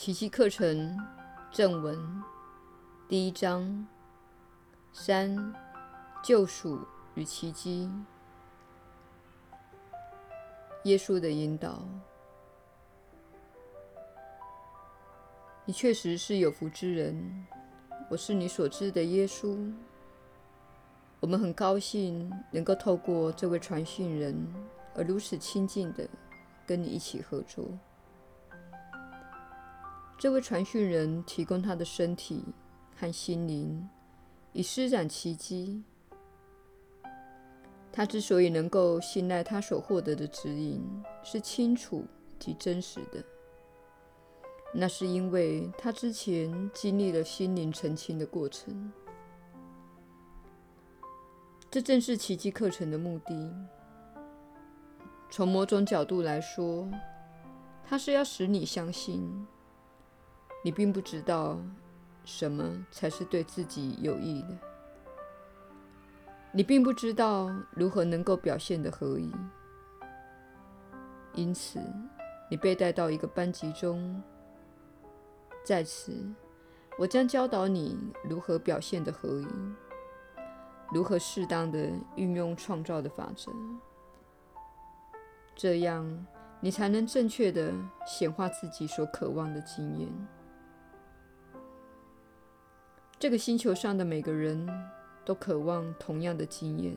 奇迹课程正文第1章3救赎与奇迹。耶稣的引导。你确实是有福之人，我是你所知的耶稣。我们很高兴能够透过这位传讯人而如此亲近的跟你一起合作。这位传讯人提供他的身体和心灵以施展奇迹。他之所以能够信赖他所获得的指引是清楚及真实的，那是因为他之前经历了心灵澄清的过程。这正是奇迹课程的目的。从某种角度来说，它是要使你相信你并不知道什么才是对自己有益的，你并不知道如何能够表现得合宜，因此你被带到一个班级中，在此我将教导你如何表现得合宜，如何适当地运用创造的法则，这样你才能正确地显化自己所渴望的经验。这个星球上的每个人都渴望同样的经验，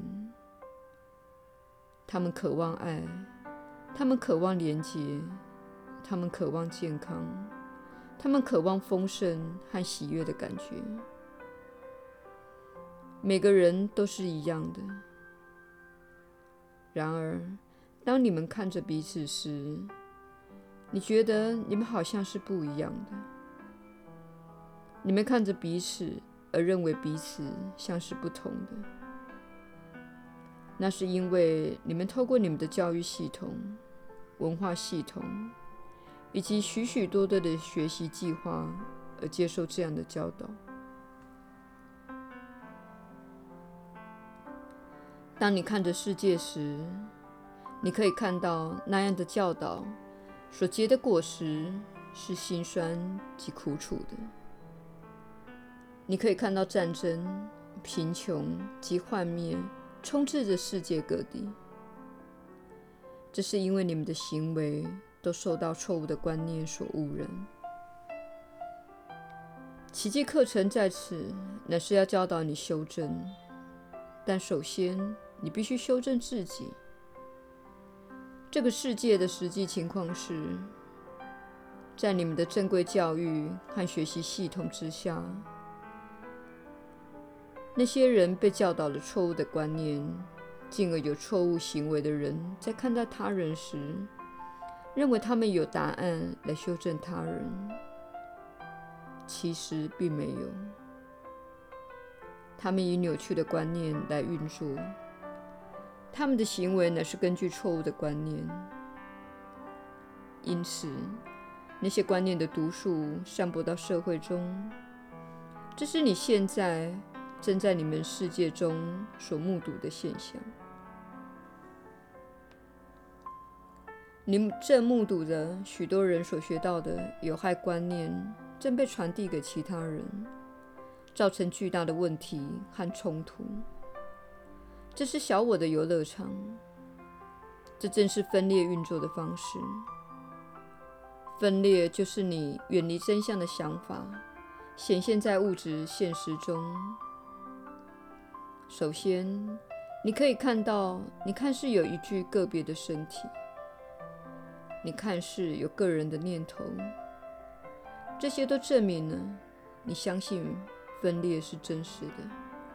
他们渴望爱，他们渴望连结，他们渴望健康，他们渴望丰盛和喜悦的感觉。每个人都是一样的。然而，当你们看着彼此时，你觉得你们好像是不一样的。你们看着彼此而认为彼此像是不同的。那是因为你们透过你们的教育系统、文化系统以及许许多多的学习计划而接受这样的教导。当你看着世界时，你可以看到那样的教导所结的果实是辛酸及苦楚的。你可以看到战争、贫穷及幻灭充斥着世界各地。这是因为你们的行为都受到错误的观念所污染。奇迹课程在此乃是要教导你修正，但首先你必须修正自己。这个世界的实际情况是，在你们的正规教育和学习系统之下，那些人被教导了错误的观念，进而有错误行为的人在看待他人时，认为他们有答案来修正他人，其实并没有。他们以扭曲的观念来运作，他们的行为乃是根据错误的观念。因此，那些观念的毒素散播到社会中，这是你现在正在你们世界中所目睹的现象。你正目睹着许多人所学到的有害观念正被传递给其他人，造成巨大的问题和冲突。这是小我的游乐场，这正是分裂运作的方式。分裂就是你远离真相的想法显现在物质现实中。首先，你可以看到你看似有一具个别的身体，你看似有个人的念头，这些都证明了你相信分裂是真实的。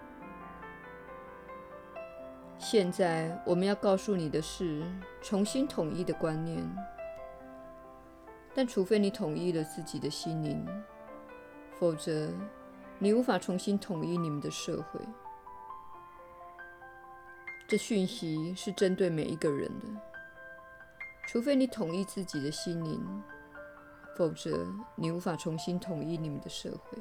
现在我们要告诉你的是重新统一的观念，但除非你统一了自己的心灵，否则你无法重新统一你们的社会。这讯息是针对每一个人的，除非你统一自己的心灵，否则你无法重新统一你们的社会。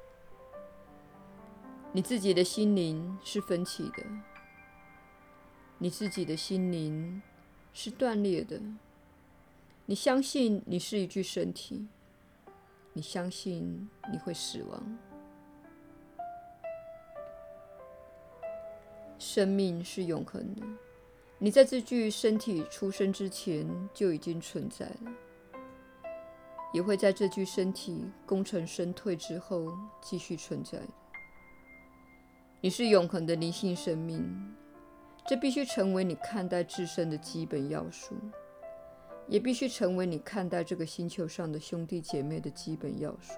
你自己的心灵是分歧的，你自己的心灵是断裂的。你相信你是一具身体， 你相信你会死亡。生命是永恒的，你在这具身体出生之前就已经存在了，也会在这具身体功成身退之后继续存在的。你是永恒的灵性生命，这必须成为你看待自身的基本要素，也必须成为你看待这个星球上的兄弟姐妹的基本要素。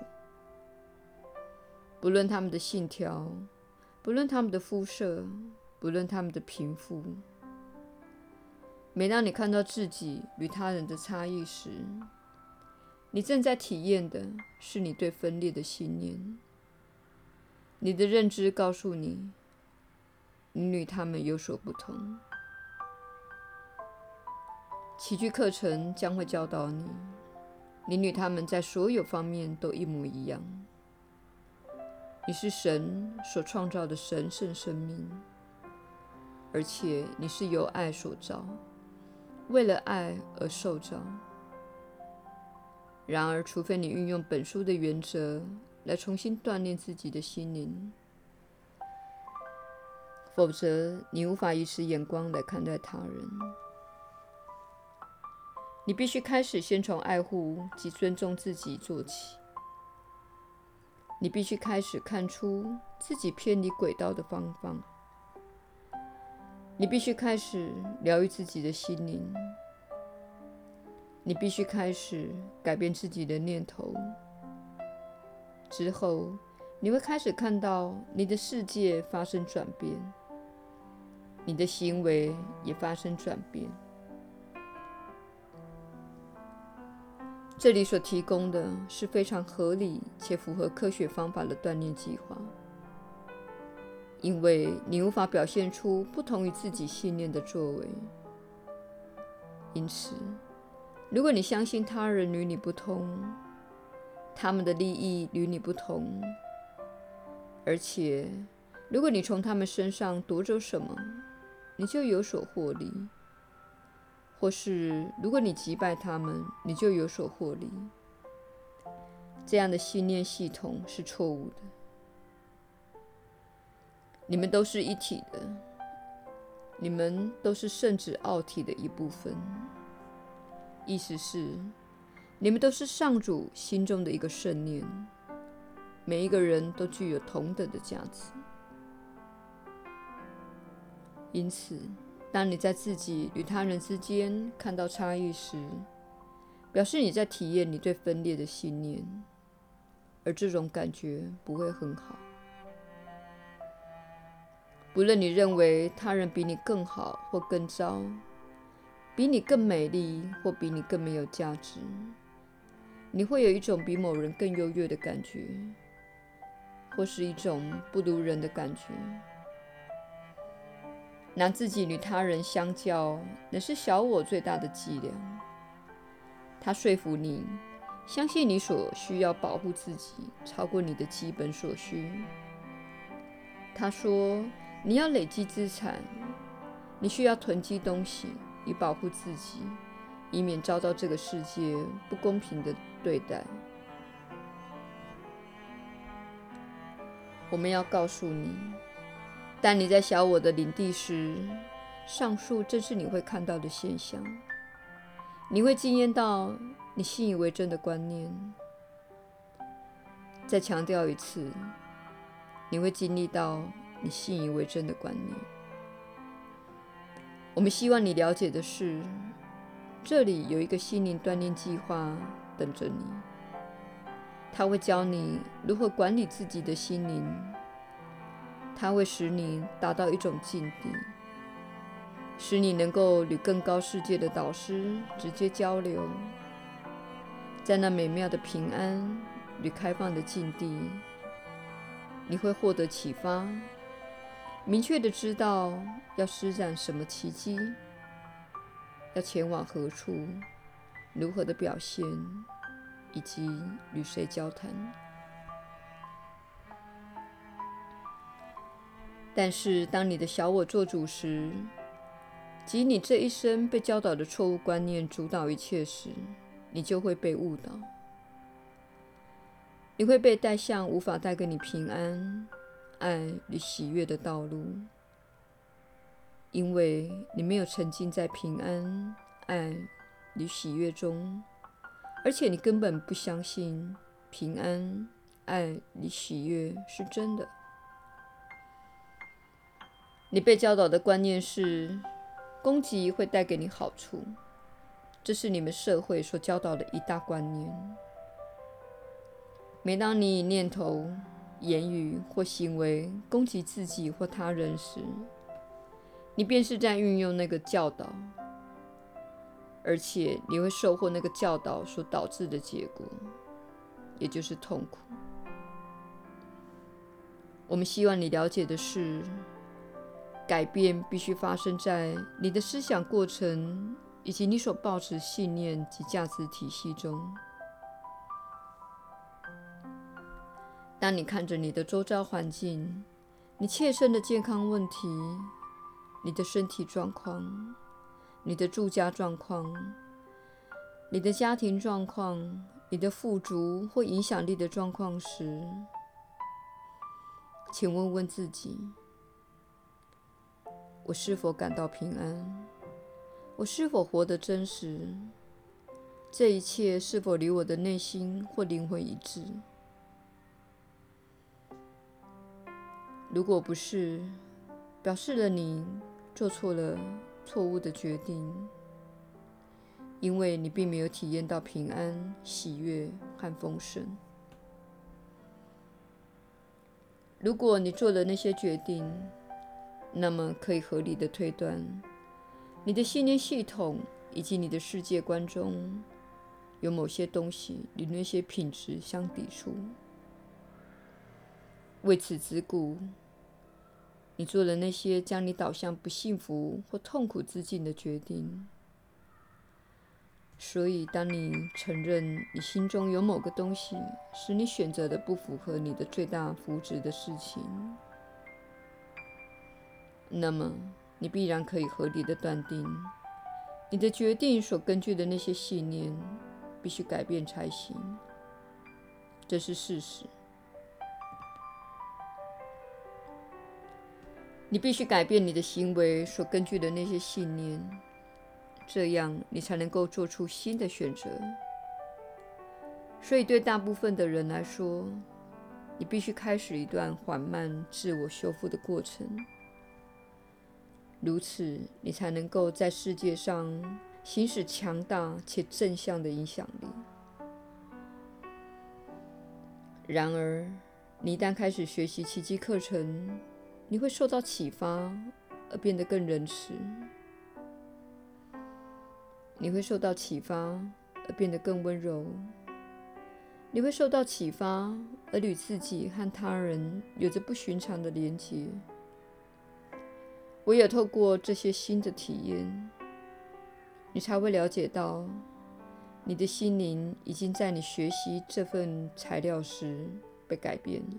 不论他们的信条，不论他们的肤色，不论他们的贫富，每当你看到自己与他人的差异时，你正在体验的是你对分裂的信念。你的认知告诉你，你与他们有所不同。奇迹课程将会教导你，你与他们在所有方面都一模一样。你是神所创造的神圣生命，而且你是由爱所造，为了爱而受造。然而，除非你运用本书的原则来重新锻炼自己的心灵，否则你无法以此眼光来看待他人。你必须开始先从爱护及尊重自己做起。你必须开始看出自己偏离轨道的方法。你必须开始疗愈自己的心灵。你必须开始改变自己的念头。之后，你会开始看到你的世界发生转变，你的行为也发生转变。这里所提供的是非常合理且符合科学方法的锻炼计划，因为你无法表现出不同于自己信念的作为。因此，如果你相信他人与你不同，他们的利益与你不同，而且如果你从他们身上夺走什么，你就有所获利；或是如果你击败他们，你就有所获利。这样的信念系统是错误的。你们都是一体的，你们都是圣子奥体的一部分。意思是，你们都是上主心中的一个圣念，每一个人都具有同等的价值。因此，当你在自己与他人之间看到差异时，表示你在体验你对分裂的信念，而这种感觉不会很好。不论你认为他人比你更好或更糟，比你更美丽或比你更没有价值，你会有一种比某人更优越的感觉，或是一种不如人的感觉。拿自己与他人相较，乃是小我最大的伎俩。它说服你，相信你所需要保护自己超过你的基本所需。他说，你要累积资产，你需要囤积东西以保护自己，以免遭到这个世界不公平的对待。我们要告诉你，当你在小我的领地时，上述正是你会看到的现象。你会经验到你信以为真的观念。再强调一次，你会经历到你信以为真的观念。我们希望你了解的是，这里有一个心灵锻炼计划等着你。它会教你如何管理自己的心灵，它会使你达到一种境地，使你能够与更高世界的导师直接交流。在那美妙的平安与开放的境地，你会获得启发，明确地知道要施展什么奇迹，要前往何处，如何的表现，以及与谁交谈。但是当你的小我做主时，即你这一生被教导的错误观念主导一切时，你就会被误导。 你会被带向无法带给你平安、爱与喜悦的道路，因为你没有沉浸在平安、爱与喜悦中，而且你根本不相信平安、爱与喜悦是真的。你被教导的观念是，攻击会带给你好处，这是你们社会所教导的一大观念。每当你以念头、言语或行为攻击自己或他人时，你便是在运用那个教导，而且你会收获那个教导所导致的结果，也就是痛苦。我们希望你了解的是，改变必须发生在你的思想过程以及你所抱持信念及价值体系中。当你看着你的周遭环境，你切身的健康问题，你的身体状况，你的住家状况，你的家庭状况，你的富足或影响力的状况时，请问问自己，我是否感到平安？我是否活得真实？这一切是否离我的内心或灵魂一致？如果不是，表示了你做错了错误的决定，因为你并没有体验到平安、喜悦和丰盛。如果你做了那些决定，那么可以合理的推断，你的信念系统以及你的世界观中有某些东西与那些品质相抵触。为此之故，你做了那些将你导向不幸福或痛苦之境的决定。所以，当你承认你心中有某个东西使你选择了不符合你的最大福祉的事情，那么你必然可以合理的断定，你的决定所根据的那些信念必须改变才行。这是事实。你必须改变你的行为所根据的那些信念，这样你才能够做出新的选择。所以对大部分的人来说，你必须开始一段缓慢自我修复的过程，如此你才能够在世界上行使强大且正向的影响力。然而，你一旦开始学习奇迹课程，你会受到启发而变得更仁慈，你会受到启发而变得更温柔，你会受到启发而与自己和他人有着不寻常的连结。唯有透过这些新的体验，你才会了解到，你的心灵已经在你学习这份材料时被改变了。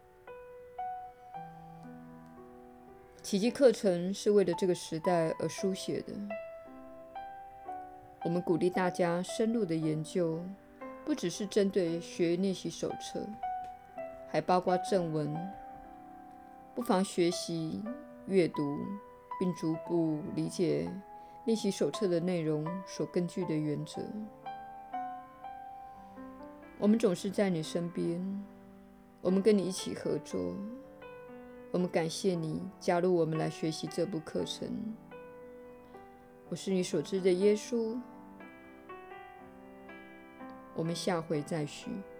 奇迹课程是为了这个时代而书写的。我们鼓励大家深入的研究，不只是针对学练习手册，还包括正文。不妨学习、阅读，并逐步理解练习手册的内容所根据的原则。我们总是在你身边，我们跟你一起合作。我们感谢你加入我们来学习这部课程。我是你所知的耶稣。我们下回再续。